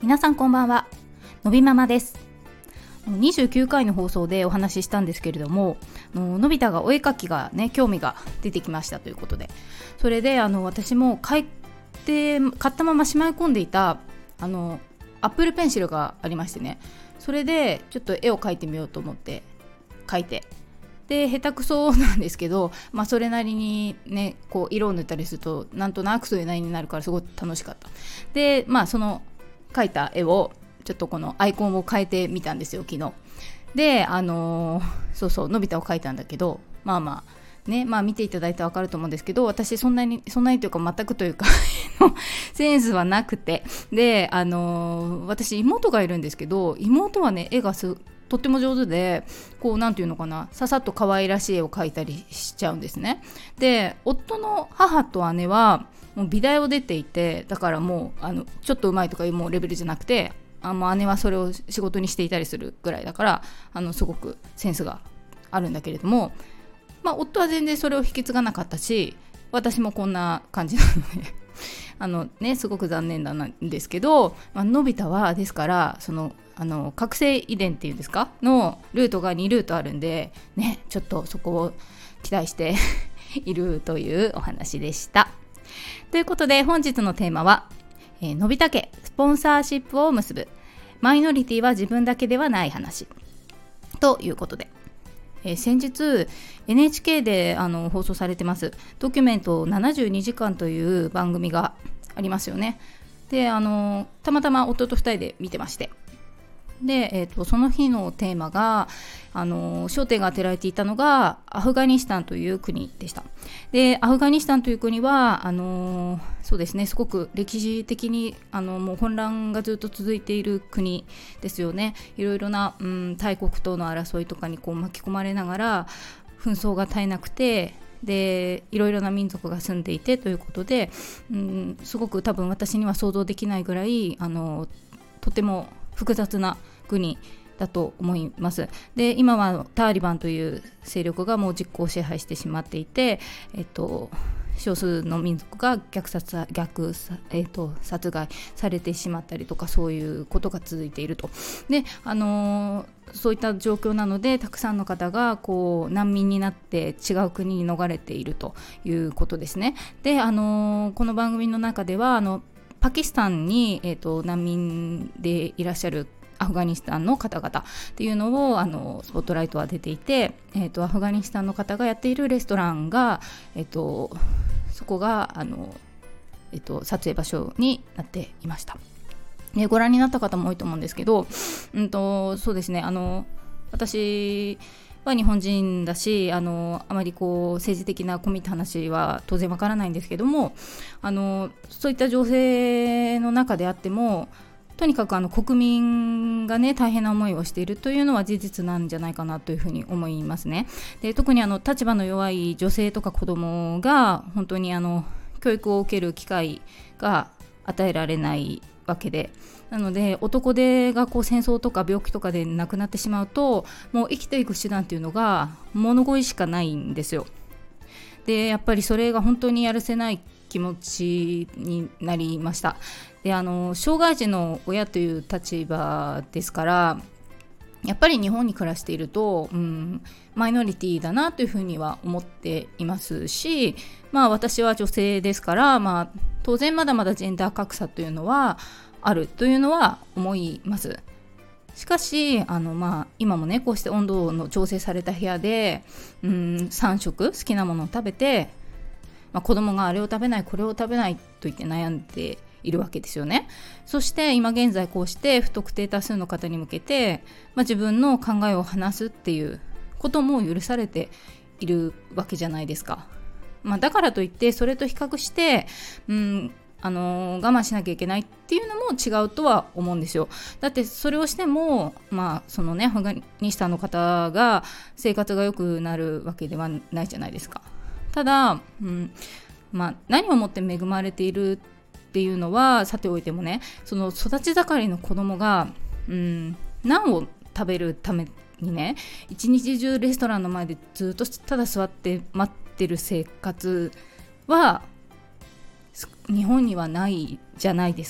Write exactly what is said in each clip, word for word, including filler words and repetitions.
皆さんこんばんは、のびママです。にじゅうきゅうかいの放送でお話ししたんですけれども、のび太がお絵描きがね興味が出てきましたということで、それであの私も買って買ったまましまい込んでいたあのアップルペンシルがありましてね、それでちょっと絵を描いてみようと思って描いて、で下手くそなんですけど、まあ、それなりにねこう色を塗ったりするとなんとなくそういう内容になるからすごい楽しかった。でまあその描いた絵をちょっとこのアイコンを変えてみたんですよ、昨日。であのー、そうそうのび太を描いたんだけど、まあまあね、まあ見ていただいてわかると思うんですけど、私そんなにそんなにというか全くというかセンスはなくて、であのー、私妹がいるんですけど、妹はね絵がすとっても上手で、こうなんていうのかな、ささっと可愛らしい絵を描いたりしちゃうんですね。で夫の母と姉はもう美大を出ていて、だからもうあのちょっと上手いとかいうもうレベルじゃなくて、あもう姉はそれを仕事にしていたりするぐらいだから、あのすごくセンスがあるんだけれども、まあ、夫は全然それを引き継がなかったし、私もこんな感じなのであの、ね、すごく残念なんですけど、まあのび太はですからそのあの覚醒遺伝っていうんですかのルートがにルートあるんで、ね、ちょっとそこを期待しているというお話でした。ということで本日のテーマは、えー、のび太家スポンサーシップを結ぶマイノリティは自分だけではない話ということで、えー、先日 エヌエイチケー であの放送されてますドキュメントななじゅうにじかんという番組がありますよね。であのたまたま夫とふたりで見てまして、で、えーと、その日のテーマがあの焦点が当てられていたのがアフガニスタンという国でした。でアフガニスタンという国はあのそうですね、すごく歴史的にあのもう混乱がずっと続いている国ですよね。いろいろな、うん、大国との争いとかにこう巻き込まれながら紛争が絶えなくて、でいろいろな民族が住んでいてということで、うん、すごく多分私には想像できないぐらいあのとても複雑な国だと思います。で今はタリバンという勢力がもう実効支配してしまっていて、えっと、少数の民族が虐殺、虐、えっと、殺害されてしまったりとか、そういうことが続いていると。で、あのー、そういった状況なのでたくさんの方がこう難民になって違う国に逃れているということですね。で、あのー、この番組の中ではあのパキスタンに、えーと、難民でいらっしゃるアフガニスタンの方々っていうのをあのスポットライトは出ていて、えーと、アフガニスタンの方がやっているレストランが、えーと、そこがあの、えーと、撮影場所になっていました。でご覧になった方も多いと思うんですけど、うんとそうですね、あの私は日本人だし、あのあまりこう政治的な込み入った話は当然わからないんですけども、あのそういった情勢の中であってもとにかくあの国民がね大変な思いをしているというのは事実なんじゃないかなというふうに思いますね。で特にあの立場の弱い女性とか子どもが本当にあの教育を受ける機会が与えられないわけで、なので男手がこう戦争とか病気とかで亡くなってしまうと、もう生きていく手段っていうのが物乞いしかないんですよ。でやっぱりそれが本当にやるせない気持ちになりました。であの障害児の親という立場ですから、やっぱり日本に暮らしていると、うん、マイノリティだなというふうには思っていますし、まあ私は女性ですから、まあ当然まだまだジェンダー格差というのはあるというのは思います。しかしあの、まあ、今もねこうして温度の調整された部屋で、うん、さん食好きなものを食べて、まあ、子供があれを食べないこれを食べないと言って悩んでいるわけですよね。そして今現在こうして不特定多数の方に向けて、まあ、自分の考えを話すっていうことも許されているわけじゃないですか。まあ、だからといってそれと比較して、うん、あの我慢しなきゃいけないっていうのも違うとは思うんですよ。だってそれをしても、まあそのね、アフガニスタンの方が生活が良くなるわけではないじゃないですか。ただ、うんまあ、何をもって恵まれているっていうのはさておいてもね、その育ち盛りの子供が、うん、何を食べるためにね一日中レストランの前でずっとただ座って待ってる生活は日本にはないじゃないですか。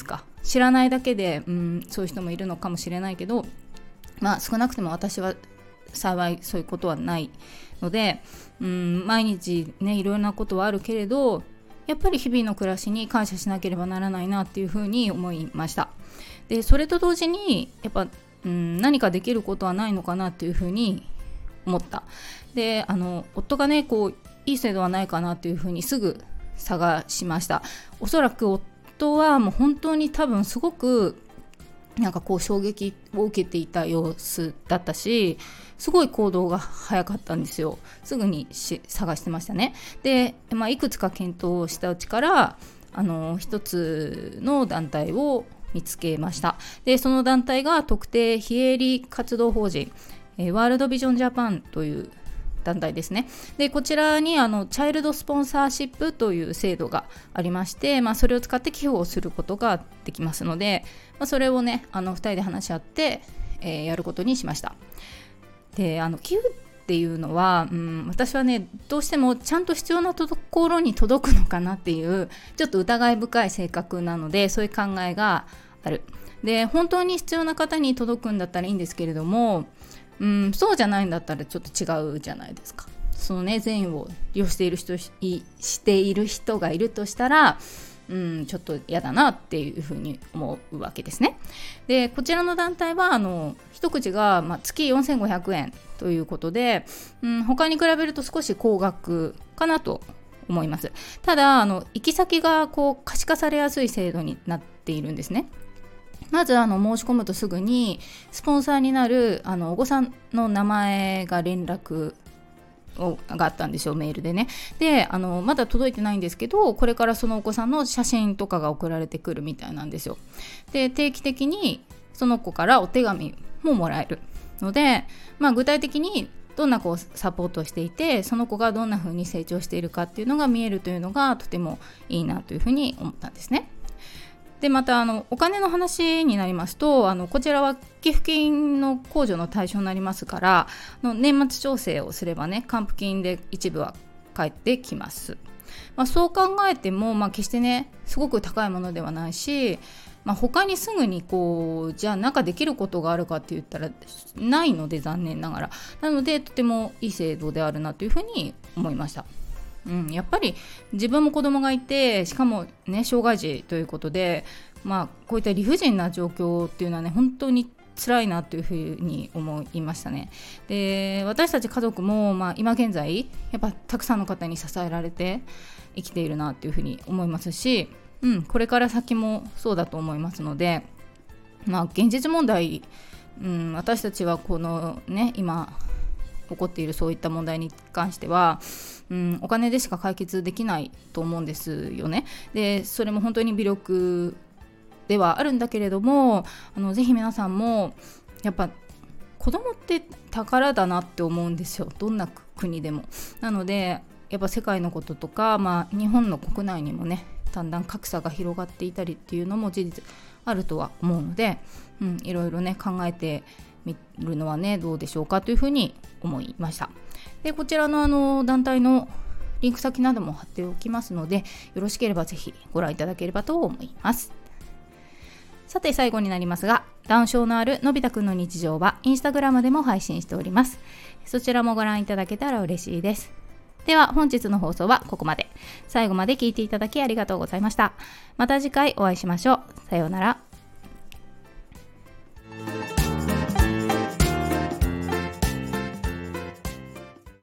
知らないだけで、うん、そういう人もいるのかもしれないけど、まあ少なくとも私は幸いそういうことはないので、うん、毎日ねいろんなことはあるけれど、やっぱり日々の暮らしに感謝しなければならないなっていうふうに思いました。でそれと同時にやっぱ、うん、何かできることはないのかなっていうふうに思った。であの夫がねこういい制度はないかなっていうふうにすぐ探しました。おそらく夫はもう本当に多分すごくなんかこう衝撃を受けていた様子だったし、すごい行動が早かったんですよ。すぐにし探してましたね。で、まあ、いくつか検討したうちからあの一つの団体を見つけました。でその団体が特定非営利活動法人、えー、ワールドビジョンジャパンという団体ですね。でこちらにあのチャイルドスポンサーシップという制度がありまして、まあ、それを使って寄付をすることができますので、まあ、それをねあのふたりで話し合って、えー、やることにしました。であの寄付っていうのは、うん、私はねどうしてもちゃんと必要なところに届くのかなっていうちょっと疑い深い性格なので、そういう考えがある。で本当に必要な方に届くんだったらいいんですけれども、うん、そうじゃないんだったらちょっと違うじゃないですか。そのね善意を利用している人している人がいるとしたら、うん、ちょっと嫌だなっていうふうに思うわけですね。でこちらの団体はあの一口が、まあ、月よんせんごひゃくえんということで、うん、他に比べると少し高額かなと思います。ただあの行き先がこう可視化されやすい制度になっているんですね。まずあの申し込むとすぐにスポンサーになるあのお子さんの名前が連絡をがあったんですよ、メールでね。であのまだ届いてないんですけど、これからそのお子さんの写真とかが送られてくるみたいなんですよ。で定期的にその子からお手紙ももらえるので、まあ、具体的にどんな子をサポートをしていて、その子がどんな風に成長しているかっていうのが見えるというのがとてもいいなというふうに思ったんですね。でまたあのお金の話になりますと、あのこちらは寄付金の控除の対象になりますから、の年末調整をすればね還付金で一部は返ってきます。まあ、そう考えても、まあ、決してねすごく高いものではないし、まあ、他にすぐにこうじゃあなんかできることがあるかって言ったらないので、残念ながら。なのでとてもいい制度であるなというふうに思いました。うん、やっぱり自分も子供がいて、しかもね障害児ということで、まあ、こういった理不尽な状況っていうのはね本当に辛いなというふうに思いましたね。で私たち家族も、まあ、今現在やっぱたくさんの方に支えられて生きているなというふうに思いますし、うん、これから先もそうだと思いますので、まあ、現実問題、うん、私たちはこのね今起こっているそういった問題に関しては、うん、お金でしか解決できないと思うんですよね。でそれも本当に微力ではあるんだけれども、あのぜひ皆さんもやっぱ子供って宝だなって思うんですよ、どんな国でも。なのでやっぱ世界のこととか、まあ、日本の国内にもねだんだん格差が広がっていたりっていうのも事実あるとは思うので、うん、いろいろね考えてみるのはねどうでしょうかというふうに思いました。でこちらのあの団体のリンク先なども貼っておきますので、よろしければぜひご覧いただければと思います。さて最後になりますが、ダウン症のあるのび太くんの日常はインスタグラムでも配信しております。そちらもご覧いただけたら嬉しいです。では本日の放送はここまで。最後まで聞いていただきありがとうございました。また次回お会いしましょう。さようなら。